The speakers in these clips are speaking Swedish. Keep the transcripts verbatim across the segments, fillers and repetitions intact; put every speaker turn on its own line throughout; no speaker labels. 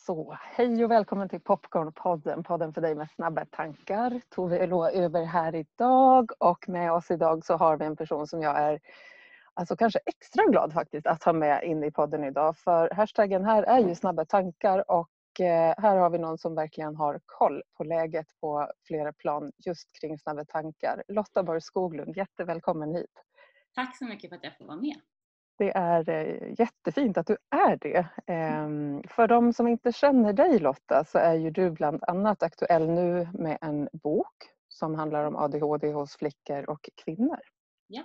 Så, hej och välkommen till Popcornpodden, podden för dig med snabba tankar. Tove är över här idag och med oss idag så har vi en person som jag är alltså kanske extra glad faktiskt att ha med in i podden idag. För hashtaggen här är ju snabba tankar och eh, här har vi någon som verkligen har koll på läget på flera plan just kring snabba tankar. Lotta Borg Skoglund, jättevälkommen hit.
Tack så mycket för att jag får vara med.
Det är jättefint att du är det. För de som inte känner dig Lotta så är ju du bland annat aktuell nu med en bok som handlar om A D H D hos flickor och kvinnor.
Ja.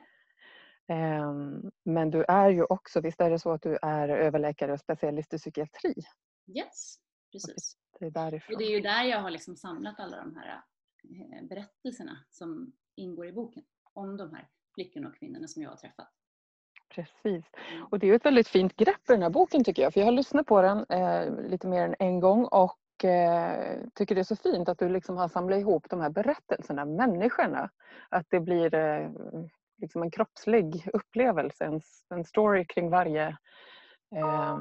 Men du är ju också, visst är det så att du är överläkare och specialist i psykiatri?
Yes, precis.
Det är därifrån.
Och det är ju där jag har liksom samlat alla de här berättelserna som ingår i boken om de här flickorna och kvinnorna som jag har träffat.
Precis. Och det är ett väldigt fint grepp i den här boken tycker jag. För jag har lyssnat på den eh, lite mer än en gång och eh, tycker det är så fint att du liksom har samlat ihop de här berättelserna, människorna. Att det blir eh, liksom en kroppslig upplevelse, en, en story kring varje, eh,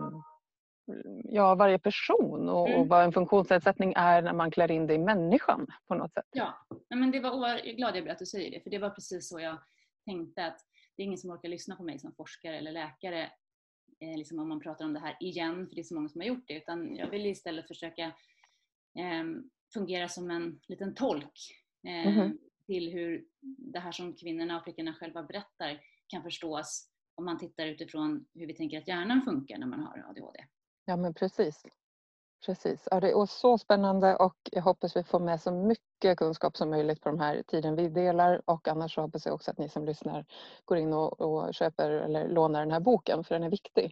ja, varje person och,
Mm.
och vad en funktionsnedsättning är när man klär in det i människan på något sätt.
Ja, men det var, jag är glad jag blev att du säger det, för det var precis så jag tänkte att det är ingen som orkar lyssna på mig som forskare eller läkare eh, liksom om man pratar om det här igen, för det är så många som har gjort det, utan jag vill istället försöka eh, fungera som en liten tolk eh, mm-hmm. till hur det här som kvinnorna och flickorna själva berättar kan förstås om man tittar utifrån hur vi tänker att hjärnan funkar när man har A D H D.
Ja men precis. Precis, ja, det är så spännande och jag hoppas vi får med så mycket kunskap som möjligt på den här tiden vi delar och annars så hoppas jag också att ni som lyssnar går in och, och köper eller lånar den här boken för den är viktig.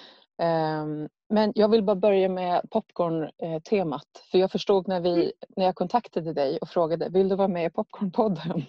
Um, men jag vill bara börja med popcorn-temat för jag förstod när, vi, när jag kontaktade dig och frågade vill du vara med i Popcornpodden?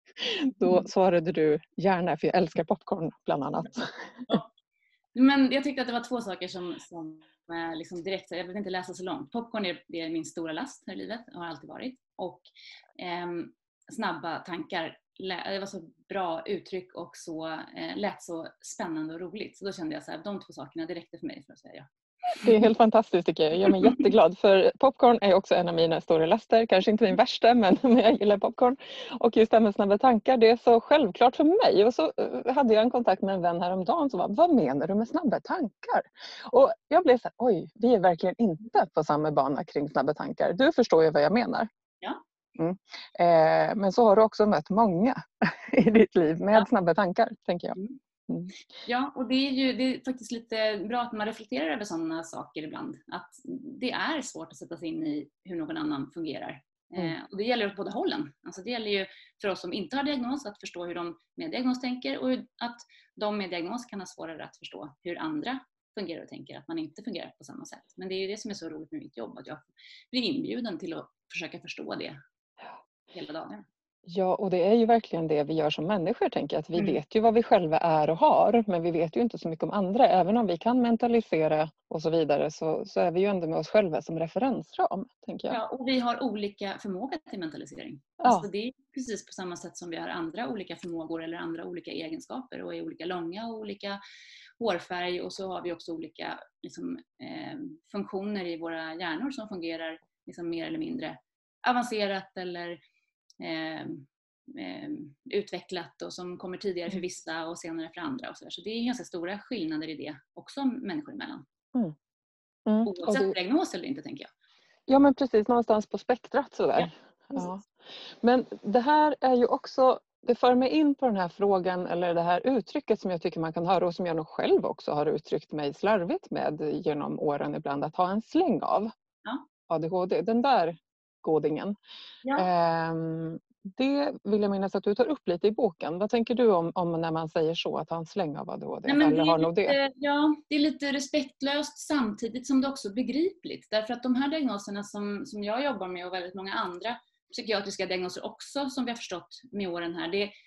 Då svarade du gärna för jag älskar popcorn bland annat.
Ja. Men jag tyckte att det var två saker som, som liksom direkt, jag vill inte läsa så långt. Popcorn är, det är min stora last här i livet, har alltid varit. Och eh, snabba tankar, det var så bra uttryck och så eh, lät så spännande och roligt. Så då kände jag så här, de två sakerna, det räckte för mig för att säga ja.
Det är helt fantastiskt tycker jag. Jag är mig jätteglad för popcorn är också en av mina stora laster. Kanske inte min värsta men jag gillar popcorn. Och just det här med snabba tankar det är så självklart för mig. Och så hade jag en kontakt med en vän häromdagen som var vad menar du med snabba tankar? Och jag blev så här, oj vi är verkligen inte på samma bana kring snabba tankar. Du förstår ju vad jag menar.
Ja.
Mm. Eh, men så har du också mött många i ditt liv med ja. snabba tankar tänker jag. Mm.
Mm. Ja, och det är ju det är faktiskt lite bra att man reflekterar över sådana saker ibland. Att det är svårt att sätta sig in i hur någon annan fungerar. Mm. Eh, och det gäller åt båda hållen. Alltså det gäller ju för oss som inte har diagnos att förstå hur de med diagnos tänker och att de med diagnos kan ha svårare att förstå hur andra fungerar och tänker, att man inte fungerar på samma sätt. Men det är ju det som är så roligt med mitt jobb, att jag blir inbjuden till att försöka förstå det hela dagen.
Ja, och det är ju verkligen det vi gör som människor, tänker jag. Att vi
Mm.
vet ju vad vi själva är och har, men vi vet ju inte så mycket om andra. Även om vi kan mentalisera och så vidare så, så är vi ju ändå med oss själva som referensram, tänker jag.
Ja, och vi har olika förmåga till mentalisering.
Ja.
Alltså det är precis på samma sätt som vi har andra olika förmågor eller andra olika egenskaper och är olika långa och olika hårfärg och så har vi också olika liksom, eh, funktioner i våra hjärnor som fungerar liksom, mer eller mindre avancerat eller Eh, eh, utvecklat och som kommer tidigare för vissa och senare för andra och så, där. Så det är ganska stora skillnader i det också människor emellan.
Mm. Mm.
Oavsett
du...
diagnos eller inte tänker jag.
Ja men precis, någonstans på spektrat sådär. Ja, ja. Men det här är ju också, det för mig in på den här frågan eller det här uttrycket som jag tycker man kan höra och som jag nog själv också har uttryckt mig slarvigt med genom åren ibland, att ha en släng av
ja.
A D H D. Den där godingen.
Ja.
Um, det vill jag minnas att du tar upp lite i boken. Vad tänker du om, om när man säger så, att ha en släng av A D H D?
Nej, men
eller
det,
har
är
nog
lite,
det?
ja, det är lite respektlöst samtidigt som det också är begripligt. Därför att de här diagnoserna som, som jag jobbar med och väldigt många andra psykiatriska diagnoser också som vi har förstått med åren här. Det,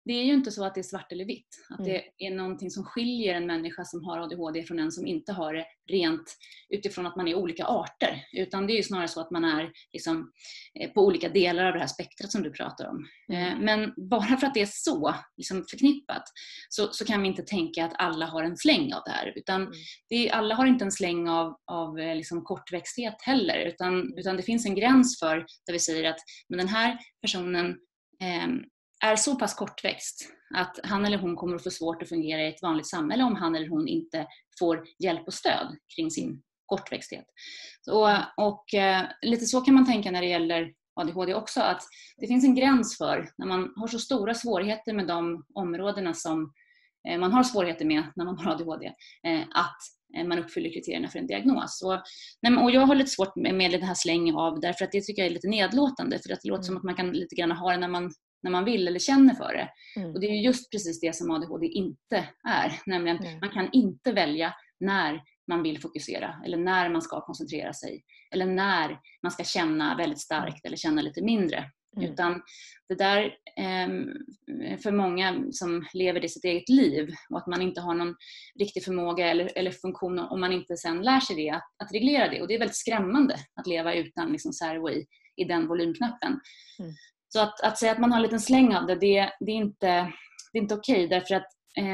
det är ju inte så att det är svart eller vitt. Att
Mm.
det är någonting som skiljer en människa som har A D H D från en som inte har det, rent utifrån att man är olika arter. Utan det är ju snarare så att man är liksom på olika delar av det här spektrat som du pratar om.
Mm.
Men bara för att det är så liksom förknippat så, så kan vi inte tänka att alla har en släng av det här. Utan
Mm.
det, alla har inte en släng av, av liksom kortväxthet heller. Utan, utan det finns en gräns för där vi säger att men den här personen eh, är så pass kortväxt att han eller hon kommer att få svårt att fungera i ett vanligt samhälle om han eller hon inte får hjälp och stöd kring sin kortväxthet. Så, och eh, lite så kan man tänka när det gäller A D H D också, att det finns en gräns för när man har så stora svårigheter med de områdena som eh, man har svårigheter med när man har A D H D, eh, att eh, man uppfyller kriterierna för en diagnos. Och, nej, och jag har lite svårt med, med det här släng av, därför att det tycker jag är lite nedlåtande, för att det låter mm. som att man kan lite grann ha det när man när man vill eller känner för det. Mm. Och det är just precis det som A D H D inte är. Nämligen mm. man kan inte välja när man vill fokusera eller när man ska koncentrera sig eller när man ska känna väldigt starkt eller känna lite mindre. Mm. Utan det där eh, för många som lever det sitt eget liv och att man inte har någon riktig förmåga eller, eller funktion om man inte sen lär sig det, att, att reglera det. Och det är väldigt skrämmande att leva utan liksom servo i, i den volymknappen. Mm. Så att, att säga att man har en liten släng av det, det, det är inte, det är inte okej. Därför att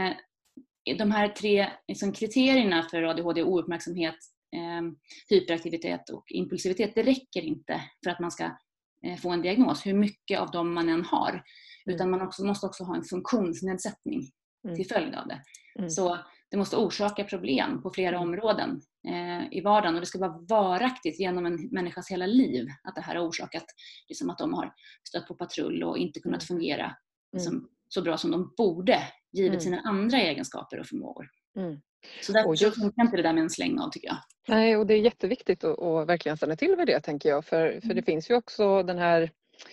eh, de här tre liksom, kriterierna för A D H D, ouppmärksamhet, eh, hyperaktivitet och impulsivitet, det räcker inte för att man ska eh, få en diagnos, hur mycket av dem man än har. Mm. Utan man också, måste också ha en funktionsnedsättning mm. till följd av det. Mm. Så det måste orsaka problem på flera mm. områden eh, i vardagen. Och det ska vara varaktigt genom en människas hela liv. Att det här har orsakat liksom, att de har stött på patrull och inte kunnat mm. fungera liksom, mm. så bra som de borde. Givet mm. sina andra egenskaper och förmågor. Mm. Så därför och just... funkar inte det där med en släng av, tycker jag.
Nej, och det är jätteviktigt att, att verkligen stanna till med det, tänker jag. För, för mm. det finns ju också den här...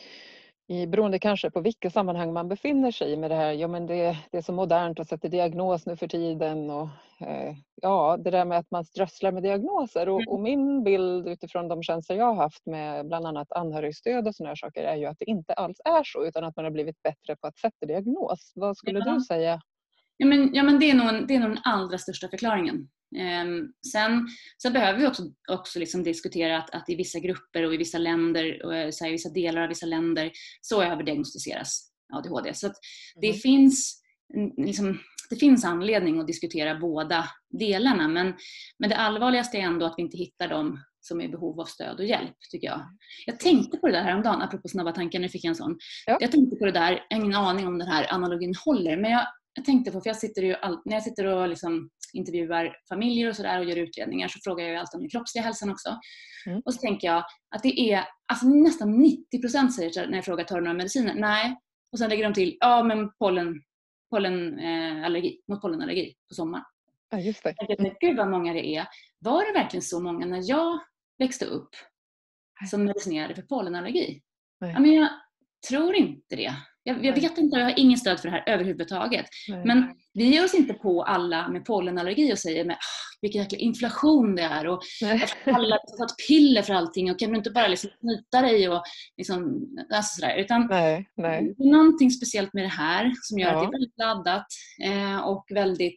I, beroende kanske på vilka sammanhang man befinner sig i med det här. Ja, men det, det är så modernt att sätta diagnos nu för tiden. Och, eh, ja, det där med att man strösslar med diagnoser. Och, och min bild utifrån de tjänster jag har haft med bland annat anhörigstöd och såna här saker är ju att det inte alls är så. Utan att man har blivit bättre på att sätta diagnos. Vad skulle ja. du säga?
Ja, men, ja, men det är nog, en, det är nog den allra största förklaringen. Um, sen, sen behöver vi också, också liksom diskutera att, att i vissa grupper och i vissa länder och så här, i vissa delar av vissa länder så överdiagnostiseras A D H D. Så att det, mm. finns, liksom, det finns anledning att diskutera båda delarna. Men, men det allvarligaste är ändå att vi inte hittar dem som är i behov av stöd och hjälp, tycker jag. Jag tänkte på det där häromdagen, apropå snabba tankar, nu fick jag en sån. Ja. Jag tänkte på det där, jag har ingen aning om den här analogin håller, men jag Jag tänkte på, för jag sitter ju all, när jag sitter och liksom intervjuar familjer och sådär och gör utredningar, så frågar jag ju alltid om den kroppsliga hälsan också. Mm. Och så tänker jag att det är alltså nästan nittio procent säger när jag frågar, tar du några mediciner? Nej. Och sen lägger de till, ja men pollen, pollenallergi, eh, mot pollenallergi på sommaren.
Ja, just det.
Jag tänkte, gud vad många det är. Var det verkligen så många när jag växte upp som medicinerade för pollenallergi? Nej. Ja, men jag tror inte det. Jag, jag vet inte, jag har ingen stöd för det här överhuvudtaget. Nej. Men vi ger oss inte på alla med pollenallergi och säger men, ah, vilken jäkla inflation det är. Och alla har tagit piller för allting. Och kan du inte bara liksom knyta dig och liksom, alltså sådär. Utan
nej, nej.
det är någonting speciellt med det här som gör
ja.
att det är väldigt laddat. Eh, och väldigt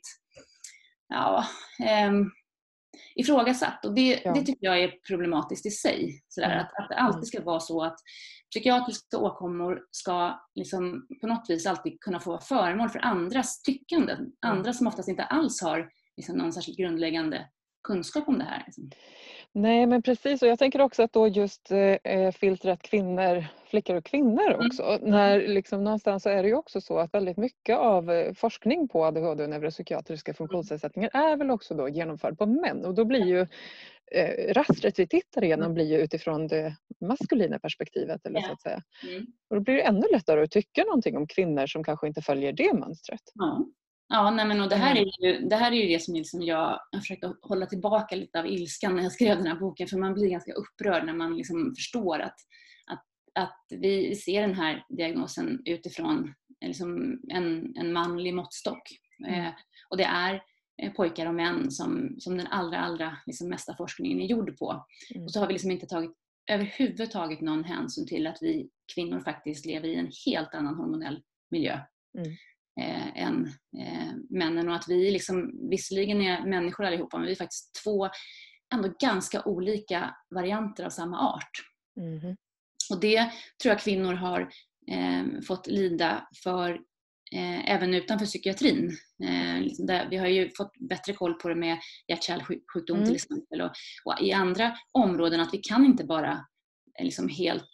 ja, eh, ifrågasatt. Och det, ja. det tycker jag är problematiskt i sig. Sådär, mm. att, att det alltid ska vara så att psykiatriska åkommor ska liksom på något vis alltid kunna få vara föremål för andras tyckanden. Mm. Andra som oftast inte alls har liksom någon särskilt grundläggande kunskap om det här. Liksom.
Nej, men precis. Och jag tänker också att då just eh, filtret kvinnor, flickor och kvinnor också. Mm. När liksom någonstans så är det ju också så att väldigt mycket av eh, forskning på A D H D och neuropsykiatriska funktionsnedsättningar är väl också då genomförd på män. Och då blir ju eh, rastret vi tittar igenom blir ju utifrån det maskulina perspektivet. Eller
ja.
så att säga.
Mm.
Och då blir det ännu lättare att tycka någonting om kvinnor som kanske inte följer det mönstret.
Ja. Ja, nej, men och det, här är ju, det här är ju det som liksom jag, jag försökte hålla tillbaka lite av ilskan när jag skrev den här boken. För man blir ganska upprörd när man liksom förstår att, att, att vi ser den här diagnosen utifrån liksom en, en manlig måttstock. Mm. Eh, och det är eh, pojkar och män som, som den allra, allra liksom mesta forskningen är gjord på. Mm. Och så har vi liksom inte tagit överhuvudtaget någon hänsyn till att vi kvinnor faktiskt lever i en helt annan hormonell miljö
mm.
eh, än eh, männen. Och att vi liksom, visserligen är människor allihopa, men vi är faktiskt två ändå ganska olika varianter av samma art.
Mm.
Och det tror jag kvinnor har eh, fått lida för eh, även utanför psykiatrin. Eh, liksom där, vi har ju fått bättre koll på det med hjärt-kärlsjukdom
Mm.
till exempel. Och, och i andra områden att vi kan inte bara eh, liksom helt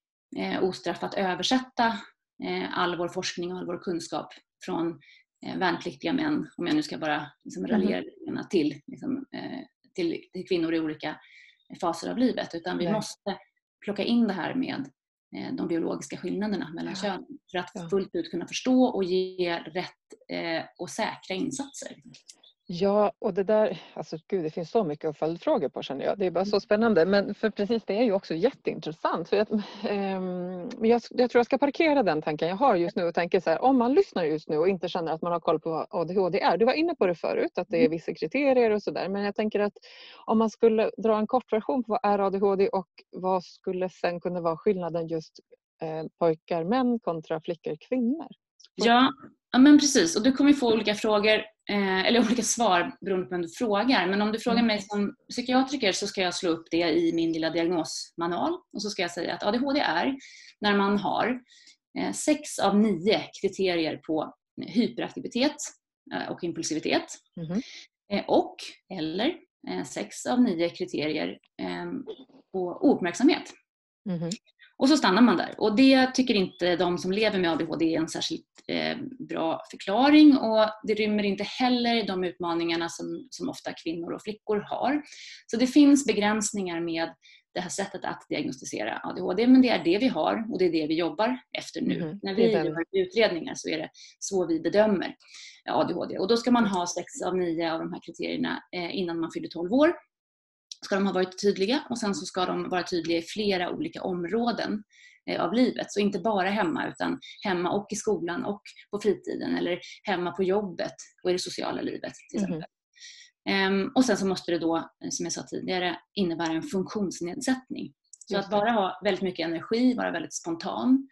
eh, ostraffat översätta eh, all vår forskning och all vår kunskap från eh, värnpliktiga män, om jag nu ska bara liksom, raljera mm. till, liksom, eh, till, till kvinnor i olika faser av livet. Utan vi Nej. måste plocka in det här med eh, de biologiska skillnaderna mellan ja. könen för att ja. fullt ut kunna förstå och ge rätt eh, och säkra insatser.
Ja, och det där, alltså gud, det finns så mycket följdfrågor på, känner jag. Det är bara så spännande, men för precis det är ju också jätteintressant. För att, eh, men jag, jag tror jag ska parkera den tanken jag har just nu och tänker så här, om man lyssnar just nu och inte känner att man har koll på vad A D H D är. Du var inne på det förut, att det är vissa kriterier och sådär, men jag tänker att om man skulle dra en kort version på vad är A D H D och vad skulle sen kunna vara skillnaden just eh, pojkar, män kontra flickor, kvinnor?
Ja, ja, men precis. Och du kommer få olika frågor, eh, eller olika svar beroende på vem du frågar. Men om du frågar mig som psykiatriker så ska jag slå upp det i min lilla diagnosmanual. Och så ska jag säga att A D H D är när man har eh, sex av nio kriterier på hyperaktivitet eh, och impulsivitet. Mm. Eh, och eller eh, sex av nio kriterier eh, på ouppmärksamhet. Mm. Och så stannar man där. Och det tycker inte de som lever med A D H D är en särskilt eh, bra förklaring. Och det rymmer inte heller de utmaningarna som, som ofta kvinnor och flickor har. Så det finns begränsningar med det här sättet att diagnostisera A D H D. Men det är det vi har och det är det vi jobbar efter nu. Mm, När vi gör utredningar så är det så vi bedömer A D H D. Och då ska man ha sex av nio av de här kriterierna eh, innan man fyller tolv år. Ska de ha varit tydliga och sen så ska de vara tydliga i flera olika områden eh, av livet. Så inte bara hemma utan hemma och i skolan och på fritiden eller hemma på jobbet och i det sociala livet till exempel. Mm. Um, och sen så måste det då, som jag sa tidigare, innebära en funktionsnedsättning. Så att bara ha väldigt mycket energi, vara väldigt spontan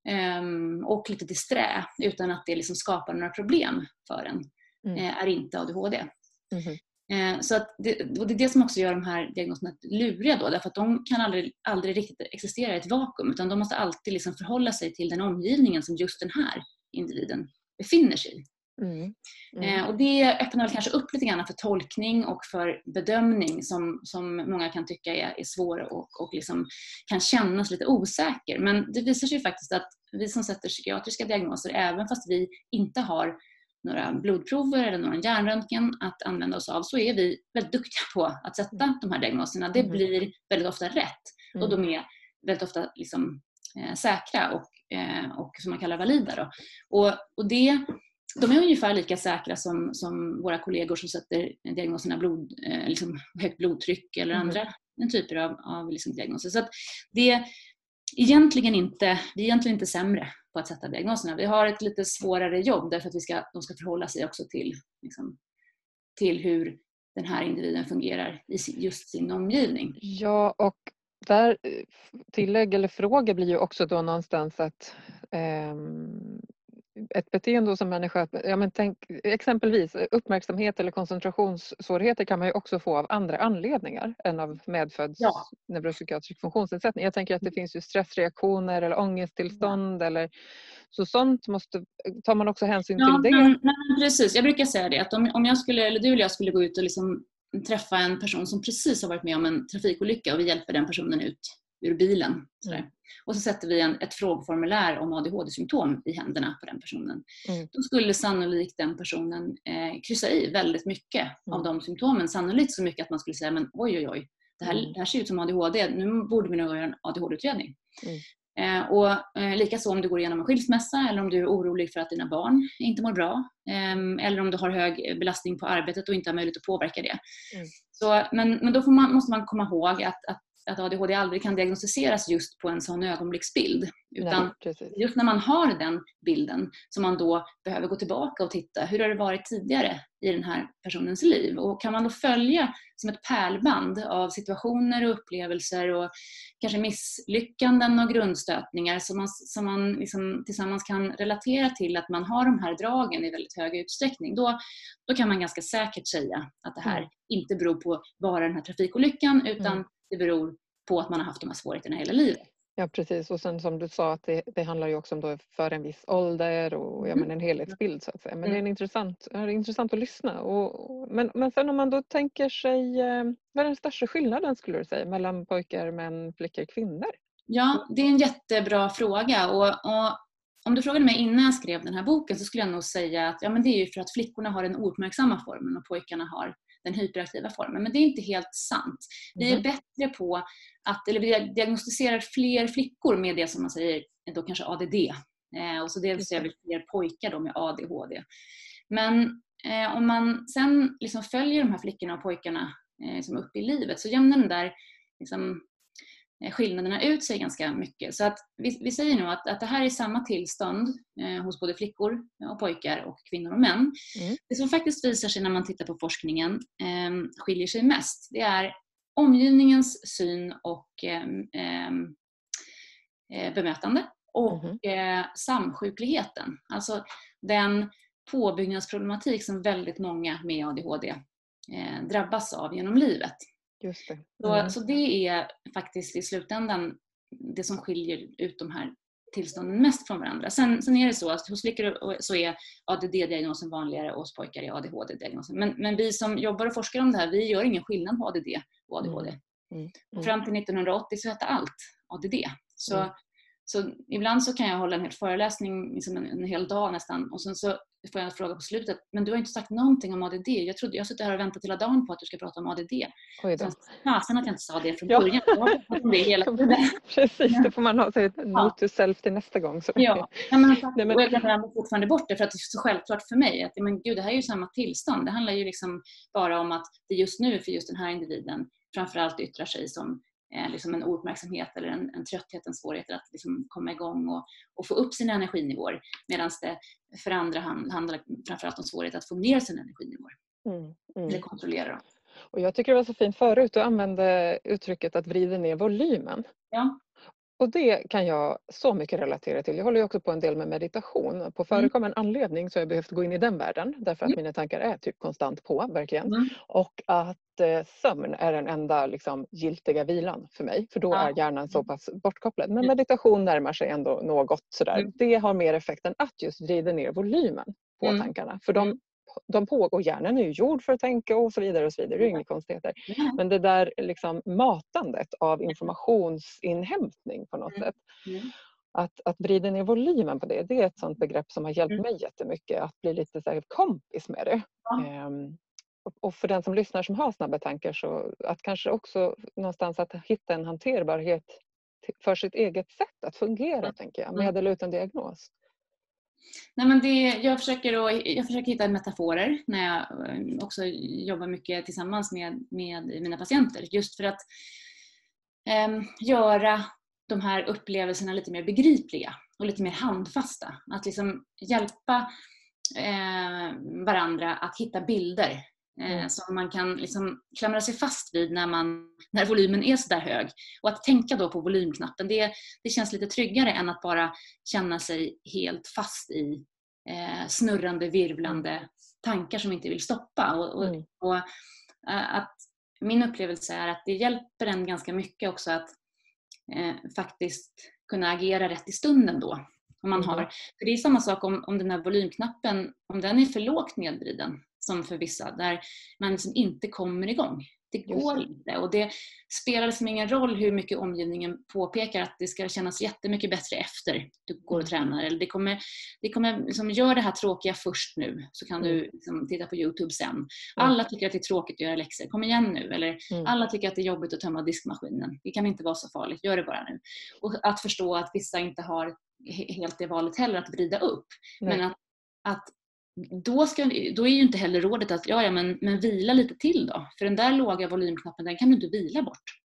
um, och lite disträ utan att det liksom skapar några problem för en mm. eh, är inte A D H D. Mm. Så att det, och det är det som också gör de här diagnoserna luriga då, därför att de kan aldrig, aldrig riktigt existera i ett vakuum utan de måste alltid liksom förhålla sig till den omgivningen som just den här individen befinner sig i. Mm. Mm. Och det öppnar väl kanske upp lite grann för tolkning och för bedömning som, som många kan tycka är, är svår och, och liksom kan kännas lite osäker. Men det visar sig faktiskt att vi som sätter psykiatriska diagnoser, även fast vi inte har några blodprover eller någon hjärnröntgen att använda oss av, så är vi väldigt duktiga på att sätta mm. de här diagnoserna. Det mm. blir väldigt ofta rätt mm. och de är väldigt ofta liksom, eh, säkra och, eh, och som man kallar valida. Då. Och, och det, de är ungefär lika säkra som, som våra kollegor som sätter diagnoserna blod, eh, liksom högt blodtryck eller mm. andra typer av, av liksom diagnoser. Så att det egentligen inte, vi är egentligen inte sämre på att sätta diagnoserna. Vi har ett lite svårare jobb därför att vi ska, de ska förhålla sig också till, liksom, till hur den här individen fungerar i just sin omgivning.
Ja, och där tillägg eller fråga blir ju också då någonstans att eh, ett beteende hos en människa, ja, men tänk, exempelvis uppmärksamhet eller koncentrationssvårigheter kan man ju också få av andra anledningar än av medfödd ja. neuropsykiatrisk funktionsnedsättning. Jag tänker att det finns ju stressreaktioner eller ångesttillstånd ja. eller så sånt måste, tar man också hänsyn ja, till det?
Men, men precis, jag brukar säga det att om, om jag skulle, eller du eller jag skulle gå ut och liksom träffa en person som precis har varit med om en trafikolycka och vi hjälper den personen ut ur bilen. Mm. Och så sätter vi en, ett frågformulär om A D H D-symptom i händerna på den personen. Mm. Då skulle sannolikt den personen eh, kryssa i väldigt mycket mm. av de symptomen. Sannolikt så mycket att man skulle säga, men oj oj oj, det här, mm. det här ser ut som A D H D. Nu borde vi nog göra en A D H D-utredning. Mm. Eh, och eh, likaså om du går igenom en skilsmässa eller om du är orolig för att dina barn inte mår bra. Eh, eller om du har hög belastning på arbetet och inte har möjlighet att påverka det. Mm. Så, men men då får man, måste man komma ihåg att, att att A D H D aldrig kan diagnostiseras just på en sån ögonblicksbild. Utan
Nej,
just när man har den bilden som man då behöver gå tillbaka och titta. Hur har det varit tidigare i den här personens liv? Och kan man då följa som ett pärlband av situationer och upplevelser och kanske misslyckanden och grundstötningar som man, som man liksom tillsammans kan relatera till att man har de här dragen i väldigt hög utsträckning. Då, då kan man ganska säkert säga att det här mm. inte beror på bara den här trafikolyckan utan mm. det beror på att man har haft de här svårigheterna hela livet.
Ja, precis. Och sen som du sa att det, det handlar ju också om då för en viss ålder och ja, men en helhetsbild så att säga. Men mm. det är en intressant, det är intressant att lyssna. Och, men, men sen om man då tänker sig, vad är den största skillnaden skulle du säga mellan pojkar, män, flickor, kvinnor?
Ja, det är en jättebra fråga. Och, och om du frågade mig innan jag skrev den här boken så skulle jag nog säga att ja, men det är ju för att flickorna har den ouppmärksamma formen och pojkarna har den hyperaktiva formen. Men det är inte helt sant. Vi är bättre på att, eller vi diagnostiserar fler flickor med det som man säger då kanske A D D. Eh, och så det vill säga fler pojkar då med A D H D. Men eh, om man sen liksom följer de här flickorna och pojkarna eh, liksom upp i livet så jämnar den där liksom, skillnaderna ut sig ganska mycket. Så att vi, vi säger nu att, att det här är samma tillstånd eh, hos både flickor och pojkar och kvinnor och män. Mm. Det som faktiskt visar sig när man tittar på forskningen eh, skiljer sig mest. Det är omgivningens syn och eh, eh, bemötande och mm. eh, samsjukligheten. Alltså den påbyggnadsproblematik som väldigt många med A D H D eh, drabbas av genom livet.
Just det.
Mm. Så, så det är faktiskt i slutändan det som skiljer ut de här tillstånden mest från varandra. Sen, sen är det så att hos flickor så är A D D-diagnosen vanligare och hos pojkar är A D H D-diagnosen. Men, men vi som jobbar och forskar om det här, vi gör ingen skillnad på A D D och A D H D. Mm. Mm. Fram till nittonhundraåttio så hette allt A D D. Så, mm. så ibland så kan jag hålla en hel föreläsning liksom en, en hel dag nästan och sen så får jag en fråga på slutet. Men du har inte sagt någonting om A D D. Jag trodde jag suttit här och väntat hela dagen på att du ska prata om A D D.
Oj då.
Ja, sen att jag inte sa det från början. Jag har pratat om det hela tiden.
Precis, det får man ha sig ett note to self till nästa gång. Så.
Ja, men, Nej, men... och jag glömmer fortfarande bort det för att det är så självklart för mig. Att men, gud, det här är ju samma tillstånd. Det handlar ju liksom bara om att det just nu för just den här individen framförallt yttrar sig som eh, liksom en ouppmärksamhet eller en, en trötthet, en svårighet att liksom komma igång och, och få upp sina energinivåer. Medan det för andra hand, handlar framförallt om svårighet att få ner sina energinivåer. Mm, mm. Eller kontrollera dem.
Och jag tycker det var så fint förut att använda uttrycket att vrida ner volymen.
Ja.
Och det kan jag så mycket relatera till. Jag håller ju också på en del med meditation. På förekommande mm. anledning så har jag behövt gå in i den världen. Därför att mm. mina tankar är typ konstant på, verkligen. Mm. Och att eh, sömn är den enda liksom, giltiga vilan för mig. För då ja. är hjärnan så pass bortkopplad. Men meditation närmar sig ändå något sådär. Mm. Det har mer effekt än att just vrida ner volymen på mm. tankarna. För de de pågår, hjärnan är ju gjord för att tänka och så vidare och så vidare, det är inga konstigheter. Mm. Men det där liksom matandet av informationsinhämtning på något mm. sätt, mm. att, att vrida ner volymen på det, det är ett sånt begrepp som har hjälpt mm. mig jättemycket att bli lite så här kompis med det. Mm. Um, och, och för den som lyssnar som har snabba tankar så att kanske också någonstans att hitta en hanterbarhet för sitt eget sätt att fungera, mm. tänker jag, med eller utan diagnos.
Nej, men det, jag, försöker då, jag försöker hitta metaforer när jag också jobbar mycket tillsammans med, med mina patienter. Just för att eh, göra de här upplevelserna lite mer begripliga och lite mer handfasta. Att liksom hjälpa eh, varandra att hitta bilder eh, mm. som man kan liksom klamra sig fast vid när, man, när volymen är så där hög. Och att tänka då på volymknappen, det, det känns lite tryggare än att bara känna sig helt fast i eh, snurrande, virvlande tankar som inte vill stoppa. Och, och, mm. och äh, att min upplevelse är att det hjälper en ganska mycket också att eh, faktiskt kunna agera rätt i stunden då. Om man har, för det är samma sak om, om den här volymknappen, om den är för lågt nedvriden som för vissa, där man liksom inte kommer igång. Det går inte. Och det spelar liksom ingen roll hur mycket omgivningen påpekar att det ska kännas jättemycket bättre efter du går och tränar. Eller det kommer, det kommer liksom, gör det här tråkiga först nu så kan du liksom, titta på YouTube sen. Alla tycker att det är tråkigt att göra läxor. Kom igen nu. Eller mm. alla tycker att det är jobbigt att tömma diskmaskinen. Det kan inte vara så farligt. Gör det bara nu. Och att förstå att vissa inte har helt det valet heller att vrida upp. Nej. Men att, att Då, ska, då är ju inte heller rådet att ja, ja, men, men vila lite till då. För den där låga volymknappen, den kan du inte vila bort.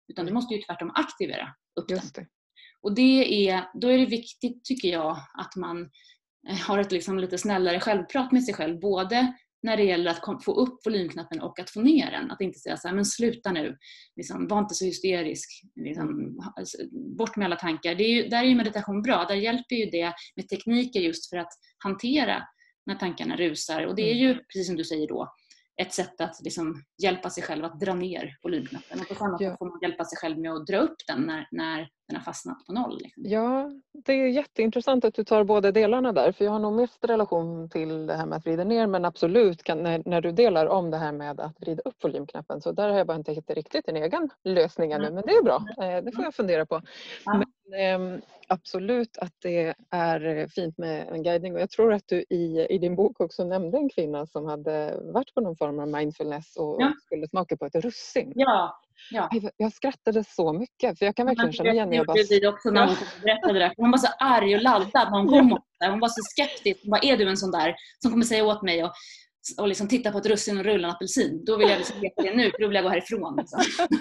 Utan
Mm.
du måste ju tvärtom aktivera upp den.
Just det.
Och det är, då är det viktigt, tycker jag, att man har ett liksom lite snällare självprat med sig själv. Både när det gäller att kom, få upp volymknappen och att få ner den. Att inte säga så här, men sluta nu. Liksom, var inte så hysterisk. Liksom, alltså, bort med alla tankar. Det är ju, där är ju meditation bra. Där hjälper ju det med tekniker just för att hantera när tankarna rusar. Och det är ju, precis som du säger då, ett sätt att liksom hjälpa sig själv att dra ner volymknappen. Och på samma sätt
Ja.
får man hjälpa sig själv med att dra upp den när, när den har fastnat på noll. Liksom.
Ja, det är jätteintressant att du tar båda delarna där. För jag har nog mest relation till det här med att vrida ner. Men absolut, kan, när, när du delar om det här med att vrida upp volymknappen. Så där har jag bara inte hittat riktigt en egen lösning ännu. Men det är bra. Eh, det får jag fundera på.
Ja.
Men eh, absolut att det är fint med en guidning. Och jag tror att du i, i din bok också nämnde en kvinna som hade varit på någon form av mindfulness och
Ja.
skulle smaka på ett russin.
Ja, ja.
Jag skrattade så mycket för jag kan verkligen känna igen
det.
Jag bara...
Vi också när hon berättade det. Hon var så arg och laddad när hon kom. Ja. Hon var så skeptisk. Hon bara, är du en sån där som kommer säga åt mig och, och liksom titta på ett russin och rulla en apelsin? Då vill jag liksom veta det nu, för då vill jag gå härifrån. Liksom.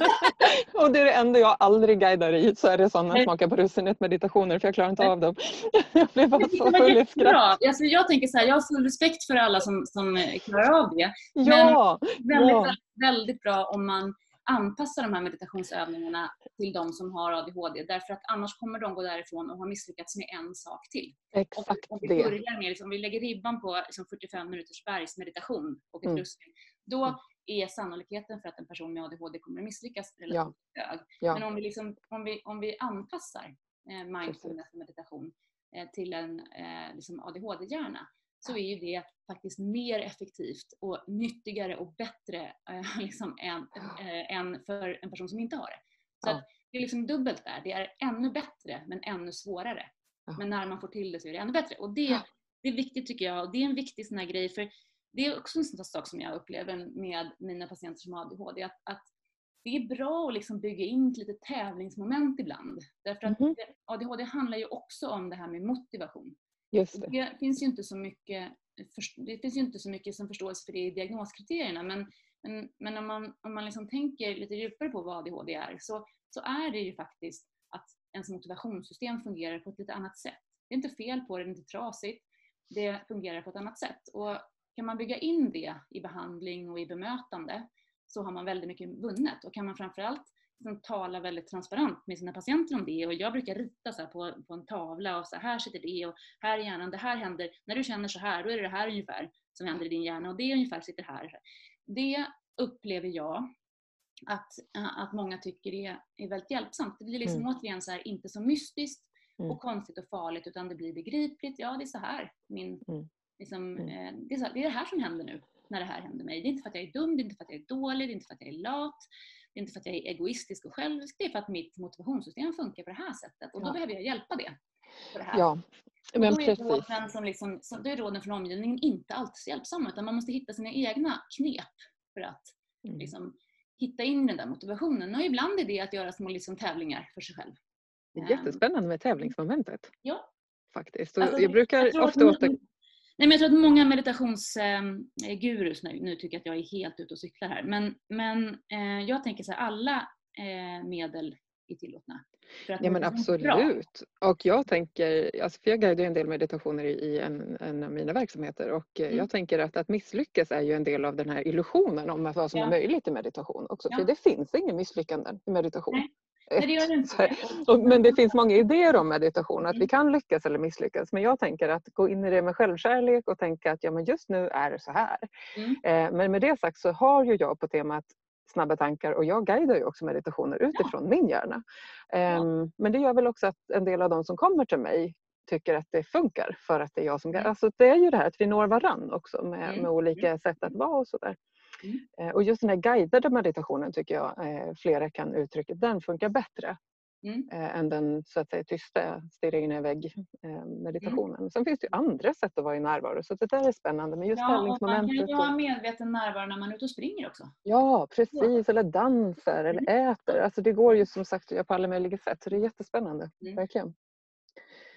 Och det är det enda jag aldrig guidar i, så är det sådana smaka på russinet meditationer, för jag klarar inte av dem. Jag blev bara så full i skratt.
Alltså, jag tänker så här, jag har full respekt för alla som, som klarar av det.
Ja,
men väldigt,
ja.
väldigt, väldigt bra om man anpassa de här meditationsövningarna till de som har A D H D. Därför att annars kommer de gå därifrån och ha misslyckats med en sak till.
Exakt
om vi
det.
börjar med, liksom, om vi lägger ribban på liksom, fyrtiofem minuters bergsmeditation och ett
Mm.
russin, då är sannolikheten för att en person med A D H D kommer att misslyckas relativt
Ja.
hög.
Ja.
Men om vi, liksom, om vi, om vi anpassar eh, mindfulness och meditation eh, till en eh, liksom A D H D-hjärna, så är ju det faktiskt mer effektivt och nyttigare och bättre eh, liksom än, eh, än för en person som inte har det. Så
Ja.
att det är liksom dubbelt där. Det är ännu bättre men ännu svårare.
Ja.
Men när man får till det så är det ännu bättre. Och det,
Ja.
det är viktigt tycker jag. Och det är en viktig sån här grej. För det är också en sån sak som jag upplever med mina patienter som har A D H D. Att, att det är bra att liksom bygga in ett litet tävlingsmoment ibland. Därför att
Mhm.
A D H D handlar ju också om det här med motivation.
Just det.
Det finns ju inte så mycket, det finns ju inte så mycket som förståelse för det i diagnoskriterierna, men, men, men om man, om man liksom tänker lite djupare på vad A D H D är, så, så är det ju faktiskt att ens motivationssystem fungerar på ett lite annat sätt. Det är inte fel på det, det är inte trasigt, det fungerar på ett annat sätt. Och kan man bygga in det i behandling och i bemötande, så har man väldigt mycket vunnet. Och kan man framförallt liksom tala väldigt transparent med sina patienter om det. Och jag brukar rita så här på, på en tavla och så här sitter det och här är hjärnan, det här händer. När du känner så här, då är det det här ungefär som händer i din hjärna och det ungefär sitter här. Det upplever jag att, att många tycker är, är väldigt hjälpsamt. Det blir liksom
Mm.
återigen så här, inte så mystiskt
Mm.
och konstigt och farligt, utan det blir begripligt. Ja, det är så här. Min,
Mm.
liksom,
Mm.
eh, det, är så, det är det här som händer nu när det här händer mig. Det är inte för att jag är dum, det är inte för att jag är dålig, det är inte för att jag är lat. Det är inte för att jag är egoistisk och självisk, det är för att mitt motivationssystem funkar på det här sättet. Och då
Ja.
behöver jag hjälpa det. På det här.
Ja, men
och då är
precis.
råden, som liksom, så, då är råden från omgivningen inte alltid så hjälpsamma, utan man måste hitta sina egna knep för att
Mm.
liksom, hitta in den där motivationen. Och ibland är det att göra små liksom, tävlingar för sig själv.
Det är jättespännande med tävlingsmomentet.
Ja.
Faktiskt. Och
Alltså,
jag brukar
jag tror
ofta
att-
åter...
Nej, men jag tror att många meditationsgurus nu, nu tycker att jag är helt ute och cyklar här. Men, men eh, jag tänker så här, alla eh, medel är tillåtna. För att
Ja, men
meditation är bra.
absolut. Och jag tänker, alltså för jag guidar ju en del meditationer i, i en, en av mina verksamheter. Och eh,
Mm.
jag tänker att att misslyckas är ju en del av den här illusionen om vad som
Ja.
är möjligt i meditation också.
Ja.
För det finns ingen misslyckanden i meditation.
Nej. Nej, det gör det
Så-
inte.
och, men det finns många idéer om meditation, att vi kan lyckas eller misslyckas. Men jag tänker att gå in i det med självkärlek och tänka att ja, men just nu är det så här.
Mm.
Eh, men med det sagt så har ju jag på temat snabba tankar, och jag guidar ju också meditationer utifrån min hjärna. Ehm, men det gör väl också att en del av de som kommer till mig tycker att det funkar för att det är jag som guidar.
Mm.
Alltså det är ju det här att vi når varann också med,
Mm.
med olika sätt att vara och sådär.
Mm.
Eh, och just den här guidade meditationen tycker jag eh, flera kan uttrycka, den funkar bättre.
Mm.
Eh, än den så att säga tysta, stirra in i en vägg eh, meditationen.
Mm.
Sen finns det ju andra sätt att vara i närvaro, så det där är spännande. Men just
Ja, och man kan
tävlingsmomentet.
ju
och-
ha medveten närvaro när man är ute och springer också.
Ja, precis. Eller dansar eller
Mm.
äter. Alltså det går ju som sagt att göra på alla möjliga sätt. Så det är jättespännande.
Mm.
Verkligen.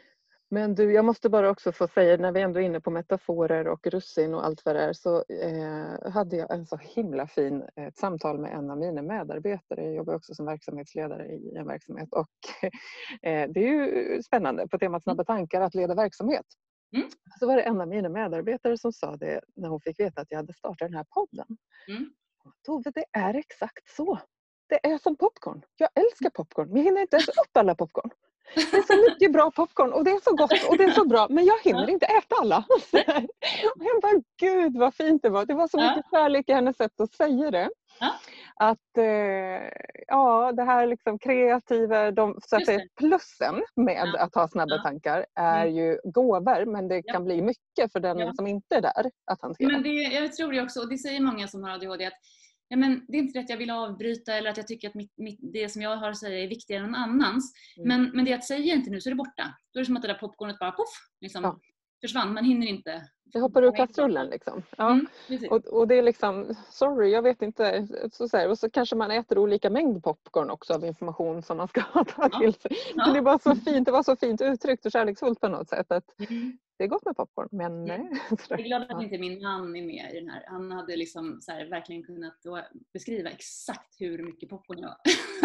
Men du, jag måste bara också få säga, när vi ändå är inne på metaforer och russin och allt vad det är, så eh, hade jag en så himla fin eh, samtal med en av mina medarbetare. Jag jobbar också som verksamhetsledare i en verksamhet och eh, det är ju spännande på temat snabba tankar att leda verksamhet.
Mm.
Så var det en av mina medarbetare som sa det när hon fick veta att jag hade startat den här podden.
Mm.
Tove, det är exakt så. Det är som popcorn. Jag älskar popcorn. Men jag hinner inte ens upp alla popcorn. Det är så mycket bra popcorn och det är så gott och det är så bra. Men jag hinner inte äta alla. Och jag bara, gud vad fint det var. Det var så mycket kärlek i hennes sätt att säga det.
Ja.
Att eh, ja, det här liksom kreativa, de, så att det. Plussen med ja. Att ha snabba ja. Tankar är mm. ju gåvor, men det ja. Kan bli mycket för den ja. Som inte är där att hantera.
Men det, jag tror det också, och det säger många som har A D H D, att ja, men det är inte det att jag vill avbryta eller att jag tycker att mitt, mitt, det som jag har att säga är viktigare än någon annans. Mm. Men, men det att säga inte nu så är det borta. Då är det som att det där popcornet bara poff, liksom, ja. Försvann. Man hinner inte.
Det hoppar ur kastrullen liksom. Ja. Mm, och, och det är liksom, sorry, jag vet inte. Så, så här, och så kanske man äter olika mängd popcorn också av information som man ska ta till sig. Ja. Så det var så fint, det var så fint uttryckt och kärleksfullt på något sätt. Att mm. Det är gott med popcorn, men nej.
Jag är glad att inte min man är med i den här. Han hade liksom så här, verkligen kunnat då beskriva exakt hur mycket popcorn jag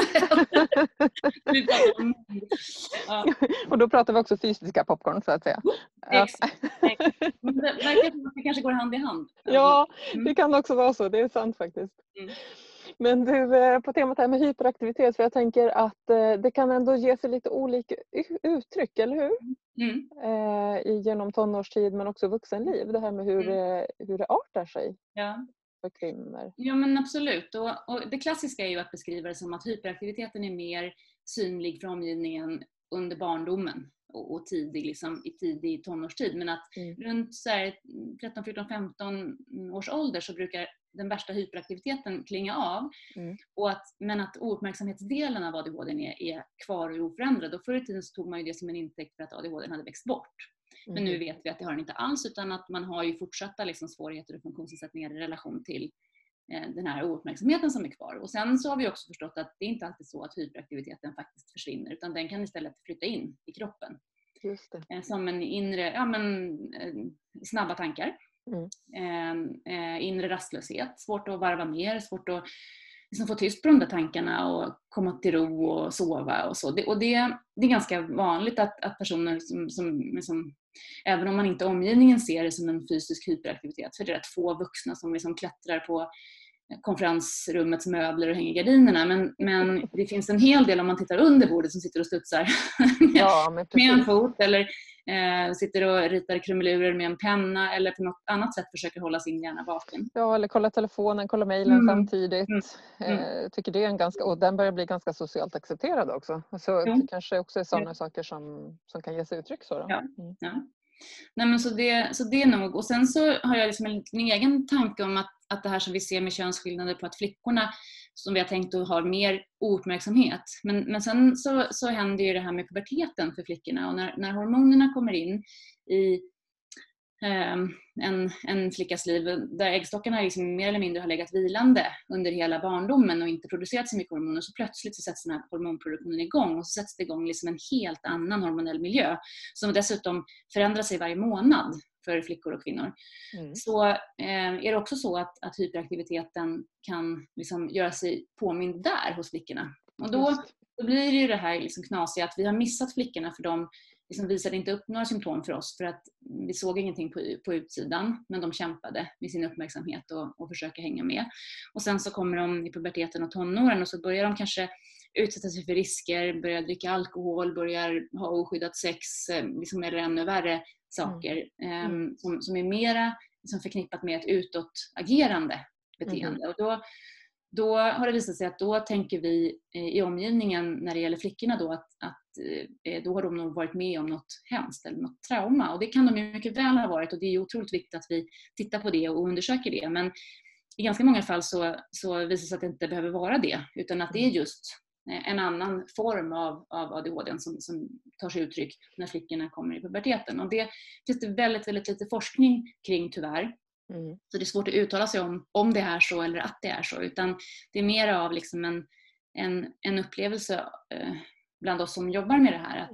ja. Och då pratar vi också fysiska popcorn, så att säga.
Exakt. Men det verkar som att det kanske går hand i hand.
Ja, det kan också vara så. Det är sant faktiskt. Mm. Men du, på temat här med hyperaktivitet, för jag tänker att det kan ändå ge sig lite olika uttryck, eller hur? Mm. Eh, genom tonårstid men också vuxenliv. Det här med hur, mm. hur det artar sig
ja.
För kvinnor.
Ja, men absolut. Och, och det klassiska är ju att beskriva det som att hyperaktiviteten är mer synlig för omgivningen under barndomen och, och tidig, liksom, i tidig tonårstid. Men att mm. runt så här, tretton, fjorton, femton års ålder så brukar den värsta hyperaktiviteten klinga av. Mm. Och att, men att ouppmärksamhetsdelen av A D H D är, är kvar och oförändrad. Och förr i tiden så tog man ju det som en intäkt för att A D H D hade växt bort. Mm. Men nu vet vi att det har den inte alls, utan att man har ju fortsatta liksom, svårigheter och funktionsnedsättningar i relation till eh, den här ouppmärksamheten som är kvar. Och sen så har vi också förstått att det är inte alltid så att hyperaktiviteten faktiskt försvinner, utan den kan istället flytta in i kroppen.
Just det.
Eh, som en inre, ja men eh, snabba tankar. Mm. Eh, eh, inre rastlöshet, svårt att varva ner, svårt att liksom få tyst på de där tankarna och komma till ro och sova och så. Det, och det, det är ganska vanligt att, att personer som, som, som, även om man inte omgivningen ser det som en fysisk hyperaktivitet, för det är rätt få vuxna som liksom klättrar på konferensrummets möbler och hänger gardinerna, men, men det finns en hel del om man tittar under bordet som sitter och studsar
ja,
med, med en fot eller eh, sitter och ritar krumelurer med en penna eller på något annat sätt försöker hålla sin hjärna vaken.
Ja, eller kolla telefonen, kolla mejlen mm. samtidigt. Mm. Mm. Eh, tycker det är en ganska, och den börjar bli ganska socialt accepterad också. Så mm. det kanske också är sådana mm. saker som, som kan ge sig uttryck så då.
Ja, mm. ja. Nej, men så, det, så det är nog, och sen så har jag liksom en, min egen tanke om att, att det här som vi ser med könsskillnader på att flickorna som vi har tänkt att ha mer ouppmärksamhet. Men, men sen så, så händer ju det här med puberteten för flickorna, och när, när hormonerna kommer in i eh, en, en flickas liv där äggstockarna liksom mer eller mindre har legat vilande under hela barndomen och inte producerat så mycket hormoner, så plötsligt så sätts den här hormonproduktionen igång och så sätts det igång liksom en helt annan hormonell miljö som dessutom förändrar sig varje månad för flickor och kvinnor. Mm. Så eh, är det också så att, att hyperaktiviteten kan liksom göra sig påmind där hos flickorna. Och då, då blir det ju det här liksom knasiga att vi har missat flickorna, för de liksom visade inte upp några symptom för oss, för att vi såg ingenting på, på utsidan, men de kämpade med sin uppmärksamhet och, och försöka hänga med. Och sen så kommer de i puberteten och tonåren och så börjar de kanske utsätta sig för risker, börjar dricka alkohol, börjar ha oskyddat sex, liksom, eller ännu värre saker mm. um, som, som är mera liksom, förknippat med ett utåtagerande beteende. Mm. Och då, då har det visat sig att då tänker vi eh, i omgivningen när det gäller flickorna då att, att eh, då har de nog varit med om något hemskt eller något trauma. Och det kan de ju mycket väl ha varit, och det är ju otroligt viktigt att vi tittar på det och undersöker det. Men i ganska många fall så, så visar det sig att det inte behöver vara det, utan att det är just en annan form av, av A D H D som, som tar sig uttryck när flickorna kommer i puberteten. Och det finns det väldigt, väldigt lite forskning kring, tyvärr. Mm. Så det är svårt att uttala sig om om det är så eller att det är så. Utan det är mer av liksom en, en, en upplevelse eh, bland oss som jobbar med det här. Att, mm. att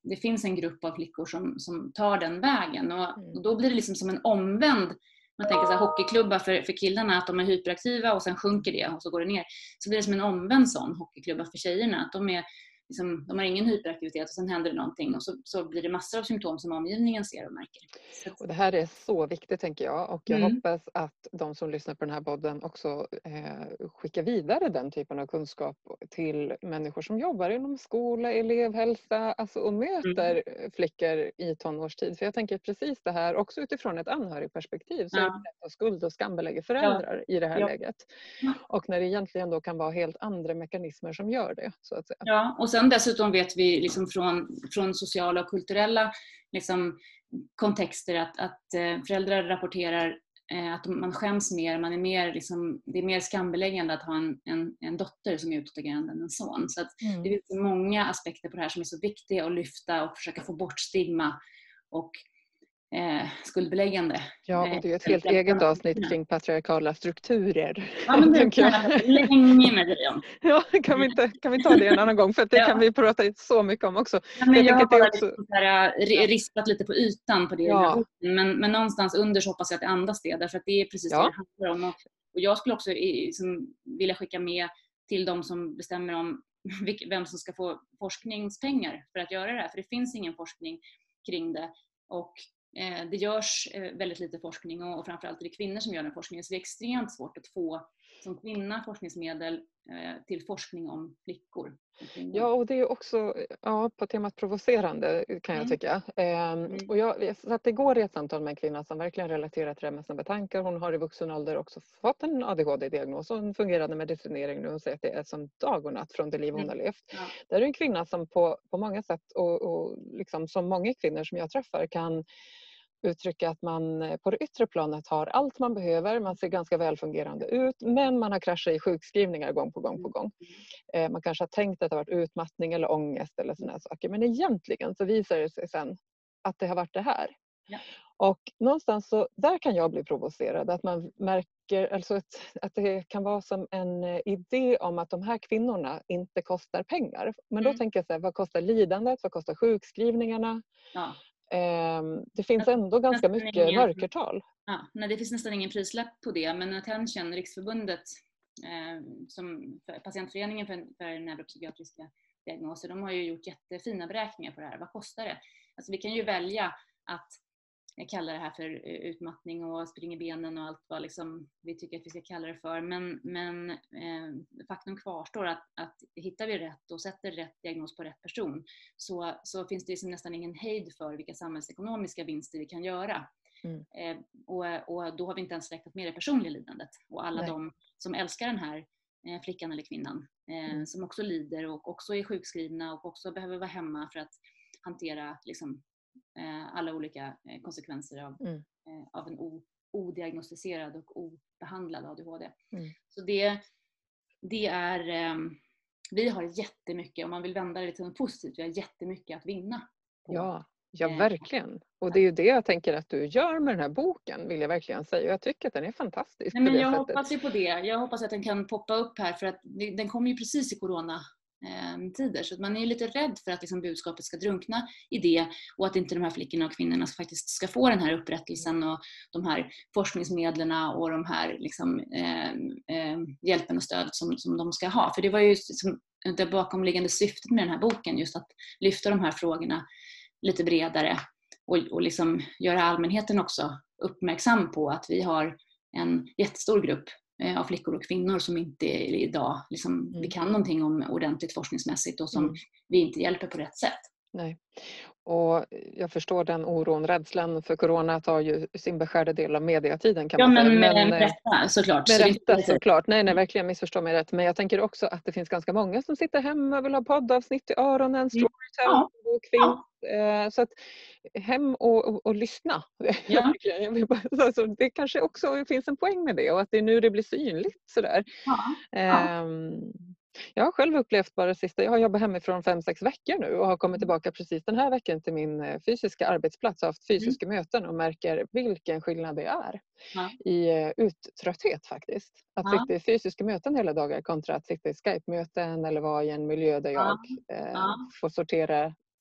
det finns en grupp av flickor som, som tar den vägen. Och,
Mm.
och då blir det liksom som en omvänd, man tänker så här, hockeyklubbar för, för killarna, att de är hyperaktiva och sen sjunker det och så går det ner. Så blir det som en omvänd sån hockeyklubbar för tjejerna, att de är liksom, de har ingen hyperaktivitet och sen händer det någonting och så, så blir det massor av symptom som omgivningen ser och märker. Så.
Och det här är så viktigt, tänker jag, och jag
Mm.
hoppas att de som lyssnar på den här podden också eh, skickar vidare den typen av kunskap till människor som jobbar inom skola, elevhälsa, alltså, och möter mm. flickor i tonårstid. För jag tänker precis det här, också utifrån ett anhörigperspektiv, så ja. är det lätt att skuld- och skambelägga föräldrar ja. i det här ja. läget. Ja. Och när det egentligen då kan vara helt andra mekanismer som gör det, så att säga.
Ja, och sen dessutom vet vi liksom från, från sociala och kulturella liksom, kontexter att, att föräldrar rapporterar att man skäms mer, man är mer liksom, det är mer skambeläggande att ha en, en, en dotter som är utåtagerande än en son. Så att mm. det finns många aspekter på det här som är så viktiga att lyfta och försöka få bort stigma och eh, skuldbeläggande.
Ja, och det är ett helt eh, eget avsnitt kring patriarkala strukturer.
Ja, men det är länge med det.
Ja, kan vi, inte, kan vi ta det en annan gång? För att det ja. kan vi prata så mycket om också.
Ja, men jag, jag har bara också... liksom här, rispat lite på ytan på det. Ja. Men, men någonstans under så hoppas jag att det andas det. Därför att det är precis ja. det det handlar om. Och, och jag skulle också liksom, vilja skicka med till de som bestämmer om vem som ska få forskningspengar för att göra det här. För det finns ingen forskning kring det. Och eh, det görs eh, väldigt lite forskning och, och framförallt är det kvinnor som gör den forskningen. Så det är extremt svårt att få som kvinna forskningsmedel eh, till forskning om flickor.
Ja, och det är också ja, på temat provocerande kan jag mm. tycka. Ehm, mm. och jag, jag satt igår i ett samtal med en kvinna som verkligen relaterar till det med snabba tankar. Hon har i vuxen ålder också fått en A D H D-diagnos och en fungerande medicinering nu. Hon säger att det är som dag och natt från det liv hon mm. har levt. Ja. Det är en kvinna som på, på många sätt och, och liksom, som många kvinnor som jag träffar kan uttrycka att man på det yttre planet har allt man behöver. Man ser ganska välfungerande ut, men man har kraschat i sjukskrivningar gång på gång på gång. Eh, man kanske har tänkt att det har varit utmattning eller ångest eller sådana saker. Men egentligen så visar det sig sen att det har varit det här. Ja. Och någonstans så där kan jag bli provocerad. Att man märker alltså att, att det kan vara som en idé om att de här kvinnorna inte kostar pengar. Men då mm. tänker jag så här, vad kostar lidandet? Vad kostar sjukskrivningarna? Ja. Det finns ändå ganska mycket ingen, mörkertal.
Ja, nej, det finns nästan ingen prislapp på det. Men Attention, Riksförbundet, eh, som för patientföreningen för, för neuropsykiatriska diagnoser, de har ju gjort jättefina beräkningar på det här. Vad kostar det? Alltså, vi kan ju välja att kalla det här för utmattning och spring i benen och allt vad liksom vi tycker att vi ska kalla det för. Men, men eh, faktum kvarstår att, att hittar vi rätt och sätter rätt diagnos på rätt person så, så finns det liksom nästan ingen hejd för vilka samhällsekonomiska vinster vi kan göra. Mm. Eh, och, och då har vi inte ens räknat med det personliga lidandet och alla Nej. de som älskar den här eh, flickan eller kvinnan eh, mm. som också lider och också är sjukskrivna och också behöver vara hemma för att hantera liksom alla olika konsekvenser av, mm. av en o, odiagnostiserad och obehandlad A D H D. Mm. Så det, det är, vi har jättemycket, om man vill vända det till något positivt, vi har jättemycket att vinna på.
Ja, ja verkligen. Och det är ju det jag tänker att du gör med den här boken, vill jag verkligen säga. Jag tycker att den är fantastisk.
Nej, men jag
sättet.
hoppas ju på det. Jag hoppas att den kan poppa upp här för att den kommer ju precis i corona tider. Så att man är lite rädd för att liksom budskapet ska drunkna i det och att inte de här flickorna och kvinnorna faktiskt ska få den här upprättelsen och de här forskningsmedlen och de här liksom, eh, eh, hjälpen och stöd som, som de ska ha. För det var ju som det bakomliggande syftet med den här boken, just att lyfta de här frågorna lite bredare och, och liksom göra allmänheten också uppmärksam på att vi har en jättestor grupp av flickor och kvinnor som inte idag liksom, mm. vi kan någonting om ordentligt forskningsmässigt och som mm. vi inte hjälper på rätt sätt.
Nej. Och jag förstår den oron, rädslan för corona tar ju sin beskärda del av mediatiden kan
ja,
man säga.
Men med, med rätta såklart.
Med rätta såklart. Nej, nej, verkligen missförstå mig rätt. Men jag tänker också att det finns ganska många som sitter hemma och vill ha poddavsnitt i öronen, storytell
ja.
och kvinn. Ja. Så att hem och, och, och lyssna. Ja. Alltså, det kanske också finns en poäng med det och att det är nu det blir synligt sådär. Ja. Ja. Um, Jag har själv upplevt bara det sista, jag har jobbat hemifrån fem sex veckor nu och har kommit tillbaka precis den här veckan till min fysiska arbetsplats och haft fysiska mm. möten och märker vilken skillnad det är ja. i uttrötthet faktiskt. Att ja. sitta i fysiska möten hela dagar kontra att sitta i Skype-möten eller vara i en miljö där jag ja. Eh, ja. får sortera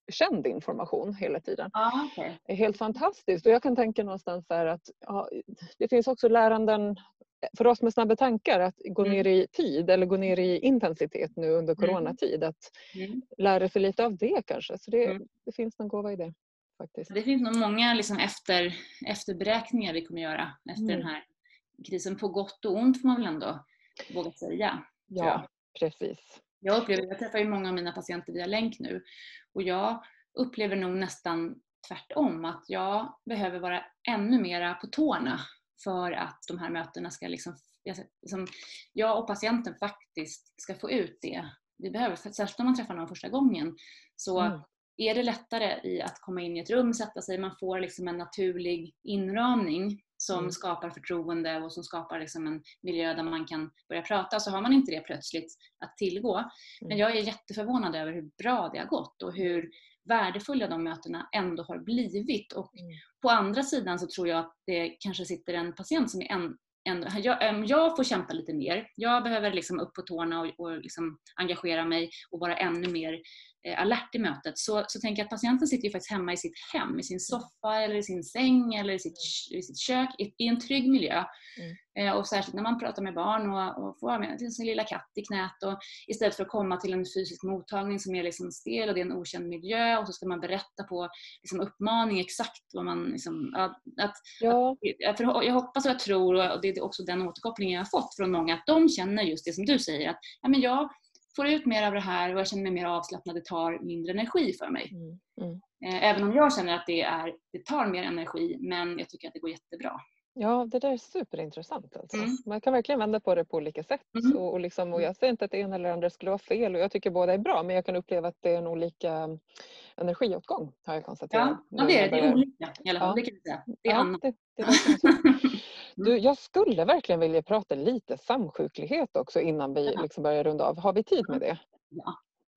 okänd information hela tiden.
Ja, okej.
Det är helt fantastiskt. Och jag kan tänka någonstans så här att ja, det finns också läranden för oss med snabba tankar att gå
Mm.
ner i tid eller gå ner i intensitet nu under coronatid. Att
Mm.
lära sig lite av det kanske. Så det,
Mm.
det finns någon gåva i det faktiskt.
Det finns nog många liksom efter, efterberäkningar vi kommer göra efter
Mm.
den här krisen. På gott och ont får man väl ändå våga säga. tror jag.
Ja, precis.
Jag, upplever, jag träffar ju många av mina patienter via länk nu. Och jag upplever nog nästan tvärtom. Att jag behöver vara ännu mera på tårna. För att de här mötena ska liksom, liksom jag och patienten faktiskt ska få ut det vi behöver. För särskilt när man träffar någon första gången. Så
Mm.
är det lättare i att komma in i ett rum, sätta sig. Man får liksom en naturlig inramning. Som
Mm.
skapar förtroende och som skapar liksom en miljö där man kan börja prata. Så har man inte det plötsligt att tillgå.
Mm.
Men jag är jätteförvånad över hur bra det har gått. Och hur värdefulla de mötena ändå har blivit. Och
Mm.
på andra sidan så tror jag att det kanske sitter en patient som är en, en, jag, jag får kämpa lite mer. Jag behöver liksom upp på tårna och, och liksom engagera mig och vara ännu mer eh, alert i mötet. Så, så tänker jag att patienten sitter ju faktiskt hemma i sitt hem, i sin soffa eller i sin säng eller i sitt, i sitt kök, i, i en trygg miljö.
Mm.
Eh, och särskilt när man pratar med barn och, och får ha med sin lilla katt i knät. Och istället för att komma till en fysisk mottagning som är liksom stel och det är en okänd miljö och så ska man berätta på liksom uppmaning exakt vad man liksom, att,
Ja.
att, för jag hoppas och jag tror, och det är också den återkopplingen jag har fått från många, att de känner just det som du säger, att ja, men jag får ut mer av det här och jag känner mig mer avslappnad, det tar mindre energi för mig.
Mm. Mm.
Även om jag känner att det, är, det tar mer energi, men jag tycker att det går jättebra.
Ja, det där är superintressant alltså.
Mm.
Man kan verkligen vända på det på olika sätt.
Mm.
Och, och, liksom, och jag säger inte att det ena eller andra skulle vara fel och jag tycker båda är bra, men jag kan uppleva att det är en olika energiåtgång har jag konstaterat.
Ja, ja det är det. Det är olika i alla fall.
Ja.
Det kan jag säga. Det är
ja,
annat.
det, det är verkligen så. Du, jag skulle verkligen vilja prata lite samsjuklighet också innan vi liksom börjar runda av. Har vi tid med det?
Ja.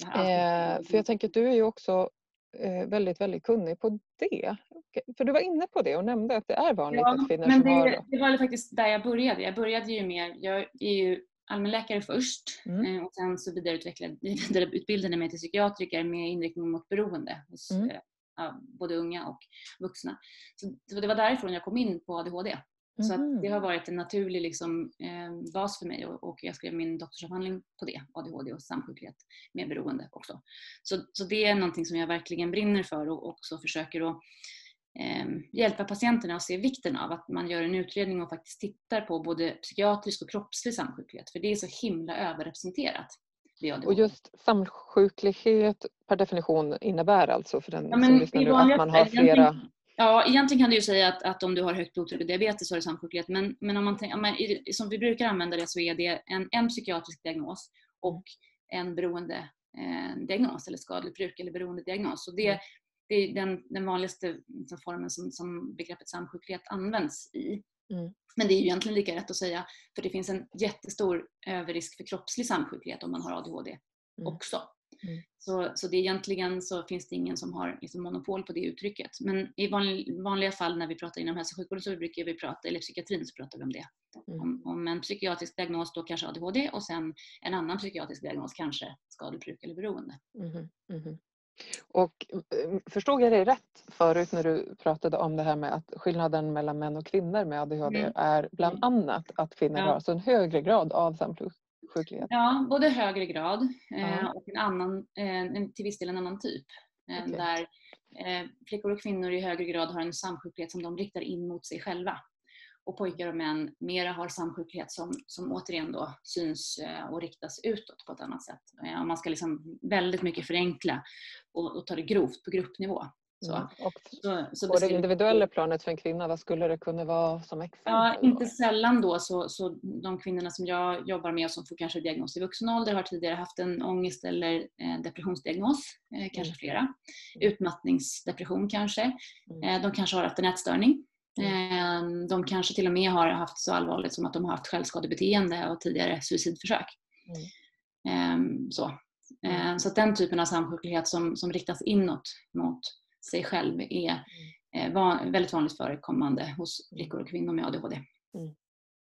Eh, för jag tänker att du är ju också eh, väldigt, väldigt kunnig på det. För du var inne på det och nämnde att det är vanligt
Ja,
att kvinnor
men
som
det,
har...
det var faktiskt där jag började. Jag började ju med, jag är ju allmänläkare först
Mm.
och sen så vidareutvecklade, vidareutbildade mig till psykiatriker med inriktning mot beroende hos
Mm.
ja, både unga och vuxna. Så, så det var därifrån jag kom in på A D H D. Så att det har varit en naturlig liksom, eh, bas för mig och, och jag skrev min doktorsavhandling på det, A D H D och samsjuklighet med beroende också. Så, så det är någonting som jag verkligen brinner för och också försöker att eh, hjälpa patienterna att se vikten av att man gör en utredning och faktiskt tittar på både psykiatrisk och kroppslig samsjuklighet, för det är så himla överrepresenterat.
Och just samsjuklighet per definition innebär alltså för den
ja,
som lyssnar nu att man har flera...
Ja, egentligen kan du ju säga att, att om du har högt blodtryck och diabetes så är det samsjuklighet. Men, men om man tänker, man, som vi brukar använda det så är det en, en psykiatrisk diagnos och en beroende eh, diagnos eller skadligt bruk eller beroendediagnos. Så det, det är den, den vanligaste formen som, som begreppet samsjuklighet används i. Mm. Men det är ju egentligen lika rätt att säga, för det finns en jättestor överrisk för kroppslig samsjuklighet om man har A D H D mm. också. Mm. Så, så det egentligen så finns det ingen som har liksom monopol på det uttrycket. Men i vanliga, vanliga fall när vi pratar inom hälso- och sjukvården så brukar vi prata, eller psykiatrin så pratar vi om det. Mm. Om, om en psykiatrisk diagnos då kanske A D H D och sen en annan psykiatrisk diagnos kanske skadebruk eller beroende.
Mm. Mm. Och förstod jag dig rätt förut när du pratade om det här med att skillnaden mellan män och kvinnor med A D H D mm. är bland annat att kvinnor ja. har alltså en högre grad av samsjuklighet?
Ja, både högre grad eh, och en annan, eh, till viss del en annan typ. Eh, okay. Där eh, flickor och kvinnor i högre grad har en samsjuklighet som de riktar in mot sig själva. Och pojkar och män mera har samsjuklighet som, som återigen då syns och riktas utåt på ett annat sätt. Om man ska liksom väldigt mycket förenkla och, och ta det grovt på gruppnivå. Så,
mm. Och
så, så
på det individuella planet för en kvinna, vad skulle det kunna vara som exempel?
Ja, inte sällan då så, så de kvinnorna som jag jobbar med och som får kanske diagnos i vuxen ålder har tidigare haft en ångest eller eh, depressionsdiagnos, eh, kanske mm. flera. Utmattningsdepression kanske. Mm. Eh, de kanske har haft en ätstörning. Mm. De kanske till och med har haft så allvarligt som att de har haft självskadebeteende och tidigare suicidförsök. Mm. Så, mm. så att den typen av samsjuklighet som, som riktas inåt mot sig själv är mm. van, väldigt vanligt förekommande hos flickor och kvinnor med A D H D.
Mm.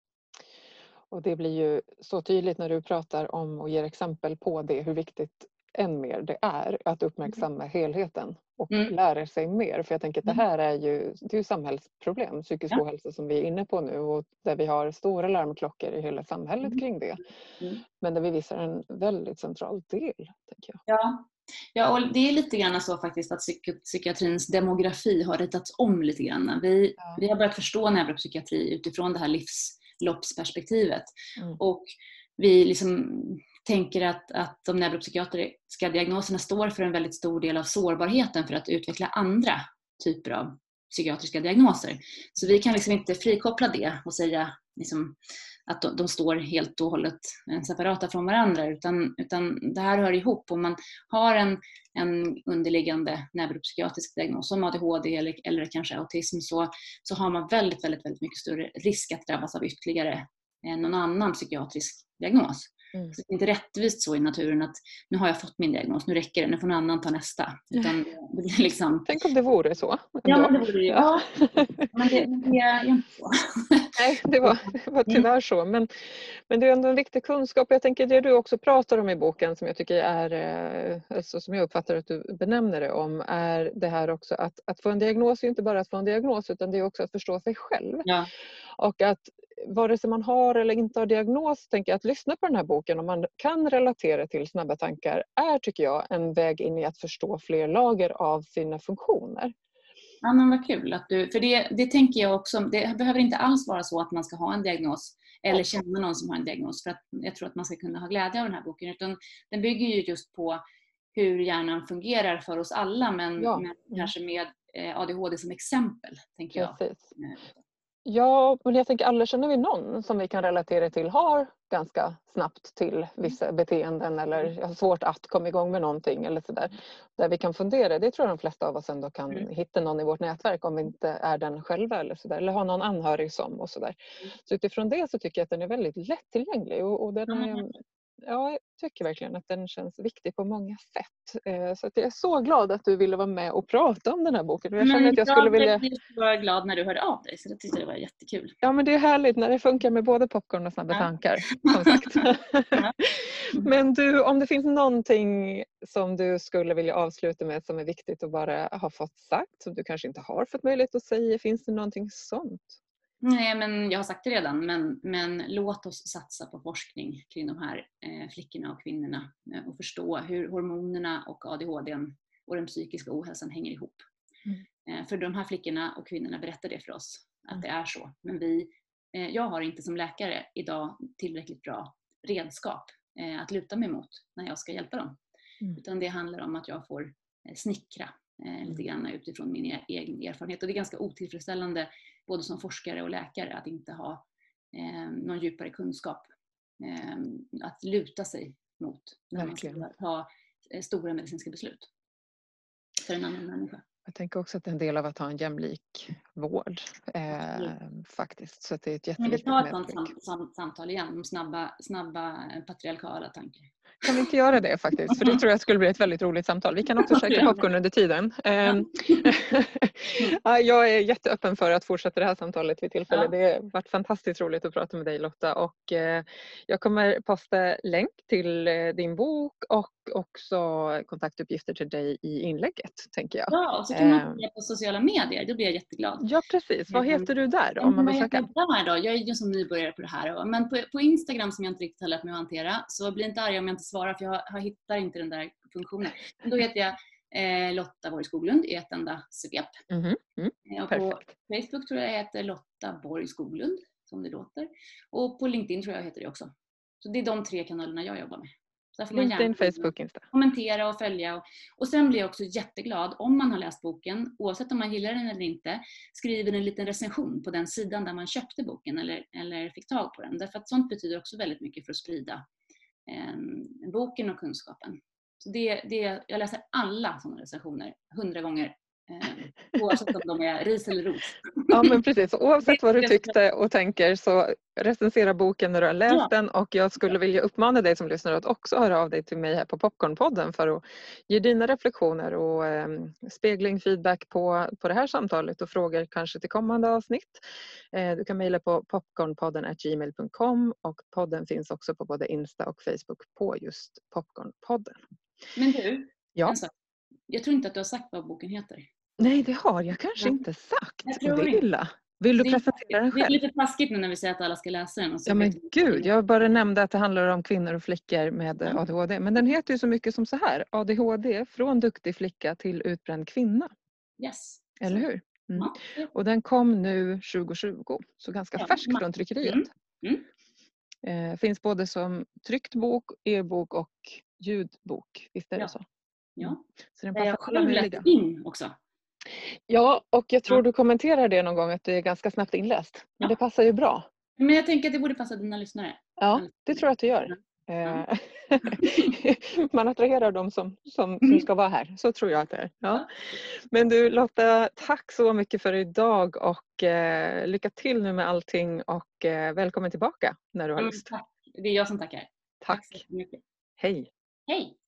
Och det blir ju så tydligt när du pratar om och ger exempel på det, hur viktigt än mer det är att uppmärksamma helheten och
Mm.
lära sig mer. För jag tänker att det här är ju, det är ju samhällsproblem, psykisk
Ja.
ohälsa som vi är inne på nu och där vi har stora larmklockor i hela samhället
Mm.
kring det.
Mm.
Men där vi visar en väldigt central del, tänker jag.
Ja. Ja, och det är lite grann så faktiskt att psyk- psykiatrins demografi har ritats om lite grann. Vi,
Ja.
vi har börjat förstå neuropsykiatri utifrån det här livsloppsperspektivet.
Mm.
Och vi liksom tänker att, att de neuropsykiatriska diagnoserna står för en väldigt stor del av sårbarheten för att utveckla andra typer av psykiatriska diagnoser. Så vi kan liksom inte frikoppla det och säga liksom att de, de står helt och hållet separata från varandra, utan, utan det här hör ihop. Om man har en, en underliggande neuropsykiatrisk diagnos som A D H D eller, eller kanske autism, så, så har man väldigt, väldigt, väldigt mycket större risk att drabbas av ytterligare än någon annan psykiatrisk diagnos. Mm. Så det är inte rättvist så i naturen att nu har jag fått min diagnos, nu räcker det, nu får någon annan ta nästa. Utan det är liksom...
Tänk om det vore så. Ändå.
Ja, men det vore ju. Ja. Men det, det är inte så.
Nej, det var, det var tyvärr så. Men, men det är ändå en viktig kunskap. Jag tänker det du också pratar om i boken som jag tycker är, alltså som jag uppfattar att du benämner det om, är det här också att, att få en diagnos är inte bara att få en diagnos, utan det är också att förstå sig själv.
Ja.
Och att vare sig man har eller inte har diagnos, tänker jag att lyssna på den här boken om man kan relatera till snabba tankar är, tycker jag, en väg in i att förstå fler lager av sina funktioner.
Ja, men vad kul att du, för det, det tänker jag också, det behöver inte alls vara så att man ska ha en diagnos eller känna någon som har en diagnos för att jag tror att man ska kunna ha glädje av den här boken, utan den bygger ju just på hur hjärnan fungerar för oss alla, men,
ja.
men mm. kanske med A D H D som exempel, tänker
Precis.
jag.
Ja, men jag tänker alla känner vi någon som vi kan relatera till har ganska snabbt till vissa beteenden eller har svårt att komma igång med någonting eller sådär. Där vi kan fundera, det tror jag de flesta av oss ändå kan mm. hitta någon i vårt nätverk om vi inte är den själva eller sådär. Eller har någon anhörig som och sådär. Så utifrån det så tycker jag att den är väldigt lättillgänglig och, och den är... Ja, jag tycker verkligen att den känns viktig på många sätt. Så att jag är så glad att du ville vara med och prata om den här boken. Jag känner att jag skulle vilja...
Jag var glad när du hörde av dig, så det tyckte jag var jättekul.
Ja, men det är härligt när det funkar med både popcorn och snabba ja. tankar, som sagt. Ja. Men du, om det finns någonting som du skulle vilja avsluta med som är viktigt att bara ha fått sagt, som du kanske inte har fått möjlighet att säga, finns det någonting sånt?
Nej, men jag har sagt det redan, men, men låt oss satsa på forskning kring de här eh, flickorna och kvinnorna eh, och förstå hur hormonerna och A D H D och den psykiska ohälsan hänger ihop. Mm. Eh, för de här flickorna och kvinnorna berättar det för oss, att mm. det är så. Men vi, eh, jag har inte som läkare idag tillräckligt bra redskap eh, att luta mig mot när jag ska hjälpa dem. Mm. Utan det handlar om att jag får eh, snickra eh, lite grann utifrån min e- egen erfarenhet. Och det är ganska otillfredsställande både som forskare och läkare att inte ha eh, någon djupare kunskap eh, att luta sig mot när Verkligen. Man ska ta eh, stora medicinska beslut för en annan människa.
Jag tänker också att det är en del av att ha en jämlik vård eh, mm. faktiskt. Så att det är ett jätteviktigt
medskick. Men vi tar ett sånt sam- samtal igen om snabba, snabba patriarkala tankar.
Kan vi inte göra det faktiskt? För det tror jag skulle bli ett väldigt roligt samtal. Vi kan också käka popcorn under tiden. Ja. Jag är jätteöppen för att fortsätta det här samtalet vid tillfälle. Ja. Det har varit fantastiskt roligt att prata med dig, Lotta. Och jag kommer posta länk till din bok och också kontaktuppgifter till dig i inlägget, tänker jag.
Ja, och så kan man se på sociala medier. Då blir jag jätteglad.
Ja, precis. Vad heter du där då, om man vill söka?
Jag är ju som nybörjare på det här. Men på, på Instagram, som jag inte riktigt har lärt mig att hantera, så blir inte arg om jag inte svarar, för jag, jag hittar inte den där funktionen. Men då heter jag eh, Lotta Borg Skoglund i ett enda svep. Mm-hmm. Mm. Och på Facebook tror jag jag heter Lotta Borg Skoglund, som det låter. Och på LinkedIn tror jag heter det också. Så det är de tre kanalerna jag jobbar med. Så där får man
LinkedIn, Facebook, Insta.
Kommentera och följa. Och, och sen blir jag också jätteglad om man har läst boken, oavsett om man gillar den eller inte, skriver en liten recension på den sidan där man köpte boken eller, eller fick tag på den. Därför att sånt betyder också väldigt mycket för att sprida eh, boken och kunskapen. Så det, det, jag läser alla sådana recensioner hundra gånger. Eh, oavsett om de är ris eller ros.
Ja, men precis. Oavsett vad du tyckte och tänker, så recensera boken när du har läst ja. den. Och jag skulle vilja uppmana dig som lyssnar att också höra av dig till mig här på Popcornpodden för att ge dina reflektioner och eh, spegling, feedback på, på det här samtalet och frågor kanske till kommande avsnitt. Eh, du kan mejla på popcornpodden at gmail dot com och podden finns också på både Insta och Facebook på just Popcornpodden.
Men du,
Ja.
en sak. Jag tror inte att du har sagt vad boken heter.
Nej, det har jag kanske
Ja.
inte sagt.
Jag
Och
tror
det är
inte.
illa. Vill du
Det är,
presentera den
det är
själv?
lite taskigt nu när vi säger att alla ska läsa den. Och så
Ja men
vet vi-
gud, jag bara nämnde att det handlar om kvinnor och flickor med
Ja.
A D H D. Men den heter ju så mycket som så här. A D H D från duktig flicka till utbränd kvinna.
Yes.
Eller
Så.
hur? Mm.
Ja.
Och den kom nu tjugo tjugo. Så ganska
Ja,
färsk
ma-
från tryckeriet.
Mm. Mm.
Eh, finns både som tryckt bok, e-bok och ljudbok. Visst är
Ja.
det så?
Ja.
Så den
Där jag
passar alla
själv läste
möjliga.
in också.
Ja, och jag tror
Ja.
du kommenterar det någon gång att det är ganska snabbt inläst. Men
Ja.
det passar ju bra.
Men jag tänker att det borde passa dina lyssnare.
Ja, det tror jag att det gör.
Ja.
Eh, Man attraherar dem som, som, som
Mm.
ska vara här. Så tror jag att det är. Ja.
Ja.
Men du Lotta, tack så mycket för idag och eh, lycka till nu med allting och eh, välkommen tillbaka när du har
Mm,
lust.
tack. Det är jag som tackar.
Tack.
Tack så mycket.
Hej.
Hej!